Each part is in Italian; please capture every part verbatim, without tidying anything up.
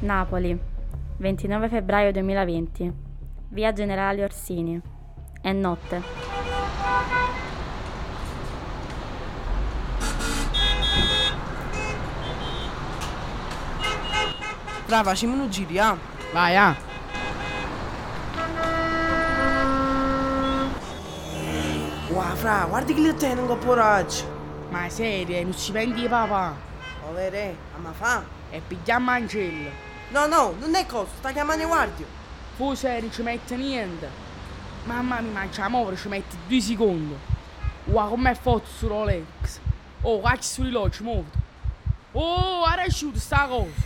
Napoli, ventinove febbraio duemilaventi, via Generale Orsini. È notte. Fra, facciamo un giri, ah. Vai, ah. Wow, fra, guarda che li ottengo un po' raggio. Ma serio, non ci prendi papà. Ovvero, ma fa? E pigliamo Angelo. No, no, non è cosa, sta chiamando i guardia. Forse non ci mette niente. Mamma mia, ma la muovere ci mette due secondi. Wow, com'è forte su Rolex. Oh, guarda sull'orologio, muoviti. Oh, ha riuscito sta cosa.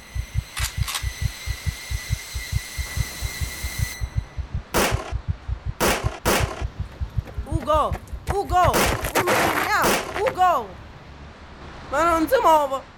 Ugo, Ugo, Ugo, Ugo. Ma non si muove.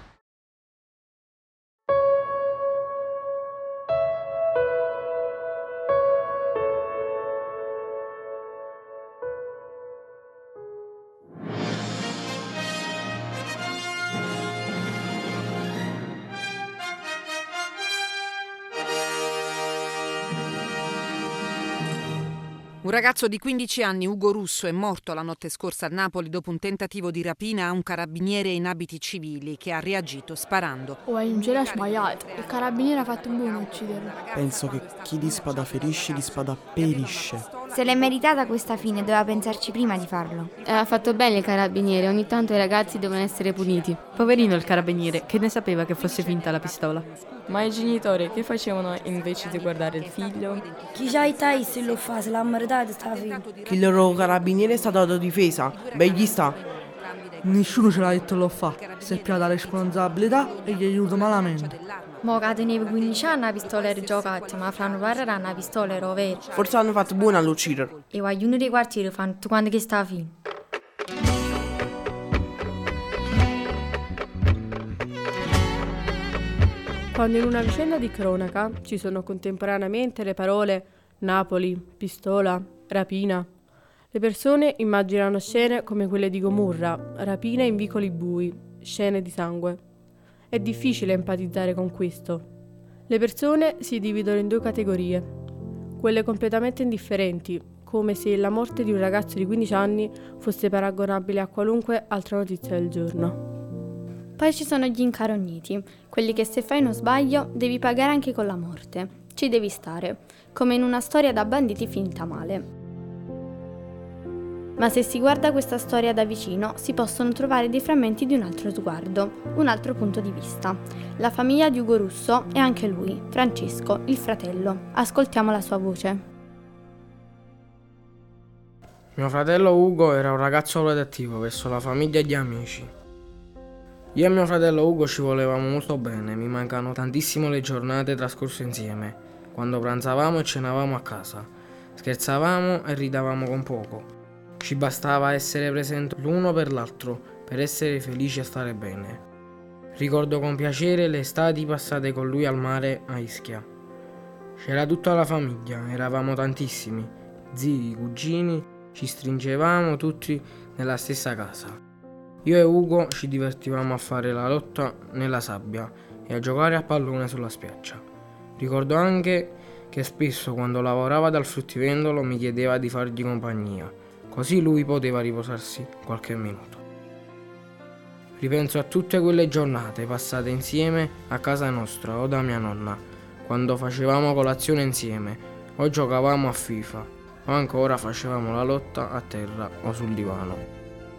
Un ragazzo di quindici anni, Ugo Russo, è morto la notte scorsa a Napoli dopo un tentativo di rapina a un carabiniere in abiti civili che ha reagito sparando. Oh, non c'era sbagliato. Il carabiniere ha fatto un buono a ucciderlo. Penso che chi di spada ferisce, di spada perisce. Se l'è meritata questa fine, doveva pensarci prima di farlo. E ha fatto bene il carabiniere, ogni tanto i ragazzi devono essere puniti. Poverino il carabiniere, che ne sapeva che fosse finta la pistola. Ma i genitori che facevano invece di guardare il figlio? Chi già i tai se lo fa, se l'ha meritato sta fine. Che il loro carabiniere è stato dato difesa, beh gli sta. Nessuno ce l'ha detto lo fa, si è piata la responsabilità e gli aiuta malamente. Mo che tenevo quindici anni la pistola era giocata, ma fra non parlerà una pistola era vera. Forse hanno fatto buono all'uccidere. E guagliuno dei quartieri fanno tutto quanto che sta a fine. Quando in una vicenda di cronaca ci sono contemporaneamente le parole Napoli, pistola, rapina, le persone immaginano scene come quelle di Gomorra, rapine in vicoli bui, scene di sangue. È difficile empatizzare con questo. Le persone si dividono in due categorie, quelle completamente indifferenti, come se la morte di un ragazzo di quindici anni fosse paragonabile a qualunque altra notizia del giorno. Poi ci sono gli incarogniti, quelli che se fai uno sbaglio devi pagare anche con la morte. Ci devi stare, come in una storia da banditi finita male. Ma se si guarda questa storia da vicino, si possono trovare dei frammenti di un altro sguardo, un altro punto di vista. La famiglia di Ugo Russo è anche lui, Francesco, il fratello. Ascoltiamo la sua voce. Mio fratello Ugo era un ragazzo protettivo verso la famiglia e gli amici. Io e mio fratello Ugo ci volevamo molto bene, mi mancano tantissimo le giornate trascorse insieme, quando pranzavamo e cenavamo a casa, scherzavamo e ridavamo con poco. Ci bastava essere presenti l'uno per l'altro per essere felici e stare bene. Ricordo con piacere le estati passate con lui al mare a Ischia. C'era tutta la famiglia, eravamo tantissimi, zii, cugini, ci stringevamo tutti nella stessa casa. Io e Ugo ci divertivamo a fare la lotta nella sabbia e a giocare a pallone sulla spiaggia. Ricordo anche che spesso quando lavorava dal fruttivendolo mi chiedeva di fargli compagnia, così lui poteva riposarsi qualche minuto. Ripenso a tutte quelle giornate passate insieme a casa nostra o da mia nonna, quando facevamo colazione insieme o giocavamo a FIFA o ancora facevamo la lotta a terra o sul divano.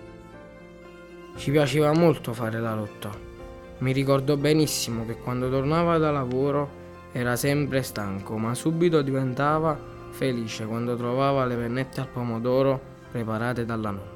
Ci piaceva molto fare la lotta. Mi ricordo benissimo che quando tornava da lavoro era sempre stanco, ma subito diventava felice quando trovava le pennette al pomodoro preparate dalla nonna.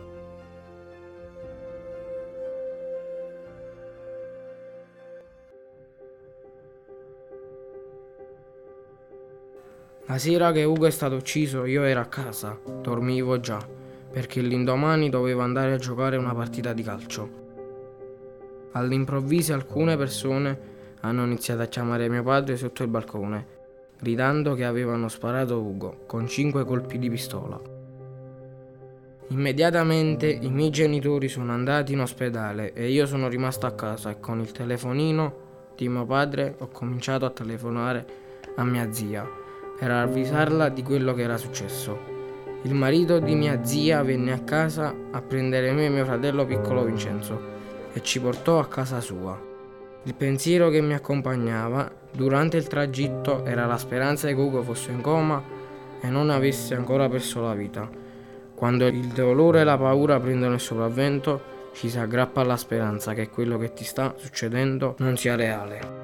La sera che Ugo è stato ucciso io ero a casa, dormivo già, perché l'indomani dovevo andare a giocare una partita di calcio. All'improvviso alcune persone hanno iniziato a chiamare mio padre sotto il balcone, gridando che avevano sparato Ugo con cinque colpi di pistola. Immediatamente i miei genitori sono andati in ospedale e io sono rimasto a casa e con il telefonino di mio padre ho cominciato a telefonare a mia zia per avvisarla di quello che era successo. Il marito di mia zia venne a casa a prendere me e mio fratello piccolo Vincenzo e ci portò a casa sua. Il pensiero che mi accompagnava durante il tragitto era la speranza che Ugo fosse in coma e non avesse ancora perso la vita. Quando il dolore e la paura prendono il sopravvento, ci si aggrappa alla speranza che quello che ti sta succedendo non sia reale.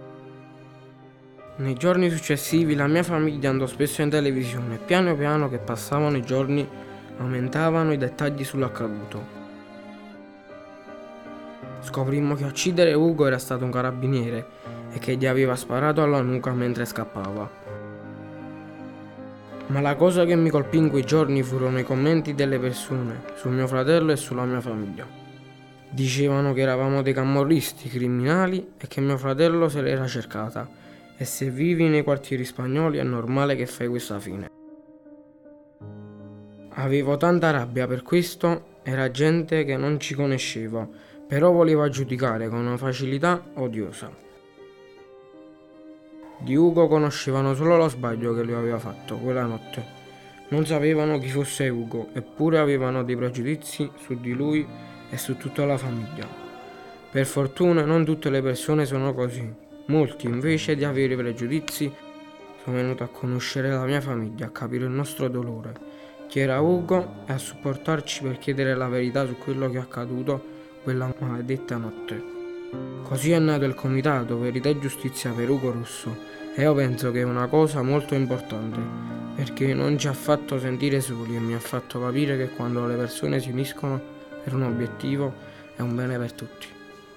Nei giorni successivi la mia famiglia andò spesso in televisione e piano piano che passavano i giorni aumentavano i dettagli sull'accaduto. Scoprimmo che a uccidere Ugo era stato un carabiniere e che gli aveva sparato alla nuca mentre scappava. Ma la cosa che mi colpì in quei giorni furono i commenti delle persone su mio fratello e sulla mia famiglia. Dicevano che eravamo dei camorristi, criminali e che mio fratello se l'era cercata. E se vivi nei quartieri spagnoli è normale che fai questa fine. Avevo tanta rabbia per questo, era gente che non ci conosceva, però voleva giudicare con una facilità odiosa. Di Ugo conoscevano solo lo sbaglio che lui aveva fatto quella notte. Non sapevano chi fosse Ugo, eppure avevano dei pregiudizi su di lui e su tutta la famiglia. Per fortuna non tutte le persone sono così. Molti, invece di avere pregiudizi, sono venuti a conoscere la mia famiglia, a capire il nostro dolore, chi era Ugo e a supportarci per chiedere la verità su quello che è accaduto quella maledetta notte. Così è nato il comitato Verità e Giustizia per Ugo Russo e io penso che è una cosa molto importante, perché non ci ha fatto sentire soli e mi ha fatto capire che quando le persone si uniscono per un obiettivo è un bene per tutti.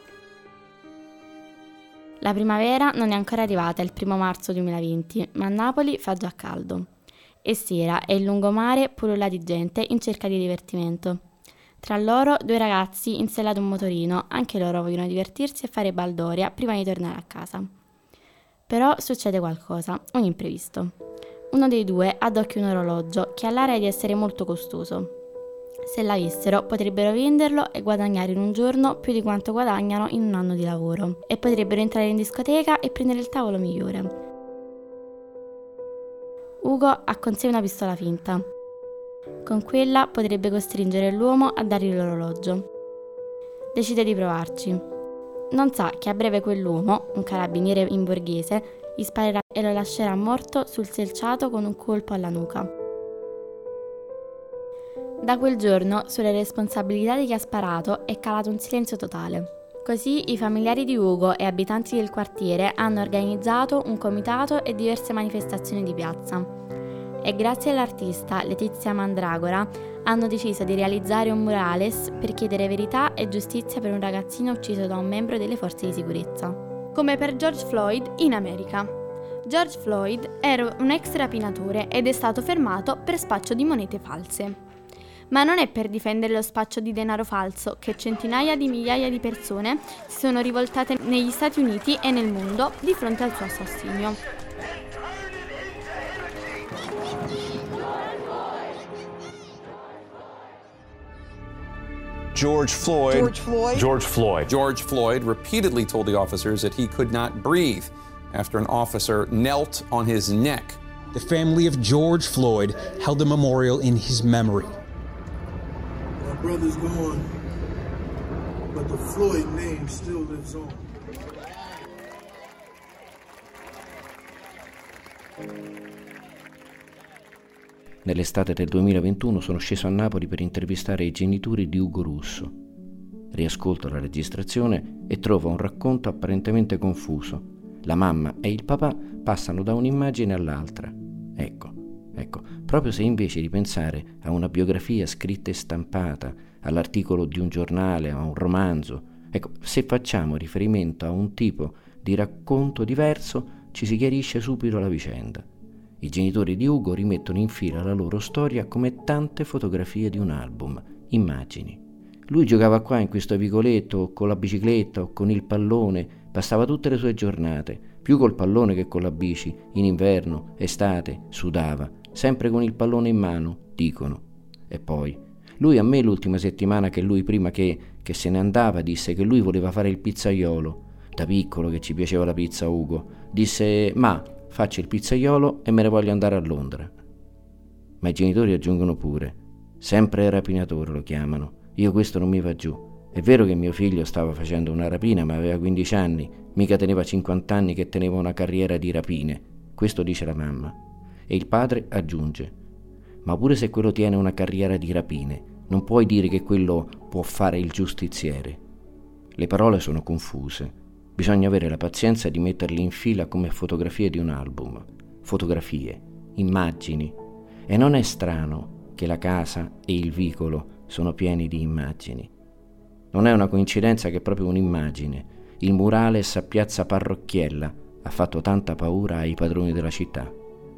La primavera non è ancora arrivata, è il primo marzo duemilaventi, ma a Napoli fa già caldo. È sera e il lungomare pullula di gente in cerca di divertimento. Tra loro due ragazzi in sella ad un motorino, anche loro vogliono divertirsi e fare baldoria prima di tornare a casa. Però succede qualcosa, un imprevisto. Uno dei due ha d'occhio un orologio che ha l'aria di essere molto costoso. Se l'avessero potrebbero venderlo e guadagnare in un giorno più di quanto guadagnano in un anno di lavoro e potrebbero entrare in discoteca e prendere il tavolo migliore. Ugo ha con sé una pistola finta. Con quella potrebbe costringere l'uomo a dargli l'orologio. Decide di provarci. Non sa che a breve quell'uomo, un carabiniere in borghese, gli sparerà e lo lascerà morto sul selciato con un colpo alla nuca. Da quel giorno, sulle responsabilità di chi ha sparato, è calato un silenzio totale. Così i familiari di Ugo e abitanti del quartiere hanno organizzato un comitato e diverse manifestazioni di piazza. E grazie all'artista Letizia Mandragora hanno deciso di realizzare un murales per chiedere verità e giustizia per un ragazzino ucciso da un membro delle forze di sicurezza. Come per George Floyd in America. George Floyd era un ex rapinatore ed è stato fermato per spaccio di monete false. Ma non è per difendere lo spaccio di denaro falso che centinaia di migliaia di persone si sono rivoltate negli Stati Uniti e nel mondo di fronte al suo assassinio. George Floyd. George Floyd. George Floyd. George Floyd repeatedly told the officers that he could not breathe after an officer knelt on his neck. The family of George Floyd held a memorial in his memory. My brother's gone, but the Floyd name still lives on. Nell'estate del duemilaventuno sono sceso a Napoli per intervistare i genitori di Ugo Russo. Riascolto la registrazione e trovo un racconto apparentemente confuso. La mamma e il papà passano da un'immagine all'altra. Ecco, ecco, proprio se invece di pensare a una biografia scritta e stampata, all'articolo di un giornale, a un romanzo, ecco, se facciamo riferimento a un tipo di racconto diverso, ci si chiarisce subito la vicenda. I genitori di Ugo rimettono in fila la loro storia come tante fotografie di un album, immagini. Lui giocava qua in questo vicoletto, o con la bicicletta, o con il pallone, passava tutte le sue giornate, più col pallone che con la bici, in inverno, estate, sudava, sempre con il pallone in mano, dicono. E poi, lui a me l'ultima settimana che lui prima che, che se ne andava disse che lui voleva fare il pizzaiolo, Da piccolo che ci piaceva la pizza, Ugo. Disse: ma faccio il pizzaiolo e me ne voglio andare a Londra. Ma i genitori aggiungono pure: sempre rapinatore lo chiamano. Io questo non mi va giù. È vero che mio figlio stava facendo una rapina, ma aveva quindici anni, mica teneva cinquanta anni che teneva una carriera di rapine. Questo dice la mamma. E il padre aggiunge: ma pure se quello tiene una carriera di rapine, non puoi dire che quello può fare il giustiziere. Le parole sono confuse. Bisogna avere la pazienza di metterle in fila come fotografie di un album. Fotografie, immagini. E non è strano che la casa e il vicolo sono pieni di immagini. Non è una coincidenza che proprio un'immagine, il murales a Piazza Parrocchiella, ha fatto tanta paura ai padroni della città.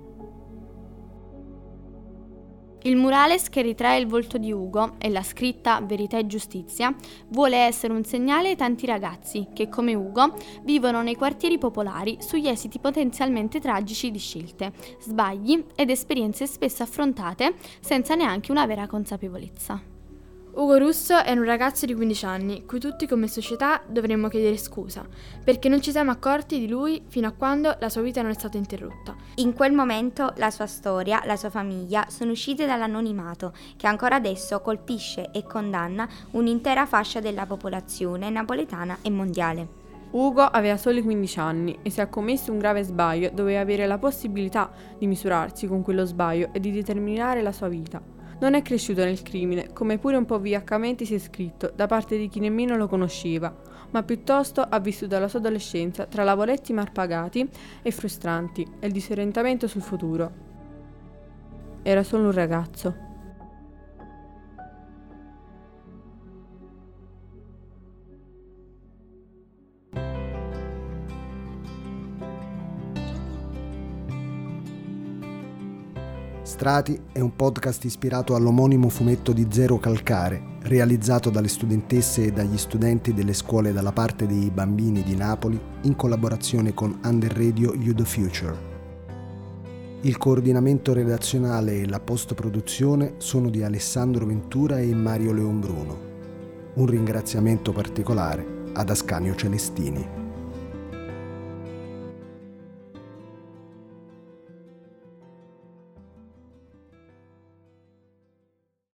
Il murales, che ritrae il volto di Ugo, e la scritta Verità e Giustizia, vuole essere un segnale ai tanti ragazzi che, come Ugo, vivono nei quartieri popolari sugli esiti potenzialmente tragici di scelte, sbagli ed esperienze spesso affrontate senza neanche una vera consapevolezza. Ugo Russo è un ragazzo di quindici anni, cui tutti come società dovremmo chiedere scusa, perché non ci siamo accorti di lui fino a quando la sua vita non è stata interrotta. In quel momento la sua storia, la sua famiglia sono uscite dall'anonimato che ancora adesso colpisce e condanna un'intera fascia della popolazione napoletana e mondiale. Ugo aveva soli quindici anni e se ha commesso un grave sbaglio doveva avere la possibilità di misurarsi con quello sbaglio e di determinare la sua vita. Non è cresciuto nel crimine, come pure un po' vigliaccamente si è scritto da parte di chi nemmeno lo conosceva, ma piuttosto ha vissuto la sua adolescenza tra lavoretti mal pagati e frustranti e il disorientamento sul futuro. Era solo un ragazzo. Strati è un podcast ispirato all'omonimo fumetto di Zero Calcare, realizzato dalle studentesse e dagli studenti delle scuole dalla parte dei bambini di Napoli in collaborazione con Under Radio You The Future. Il coordinamento redazionale e la post-produzione sono di Alessandro Ventura e Mario Leonbruno. Un ringraziamento particolare ad Ascanio Celestini.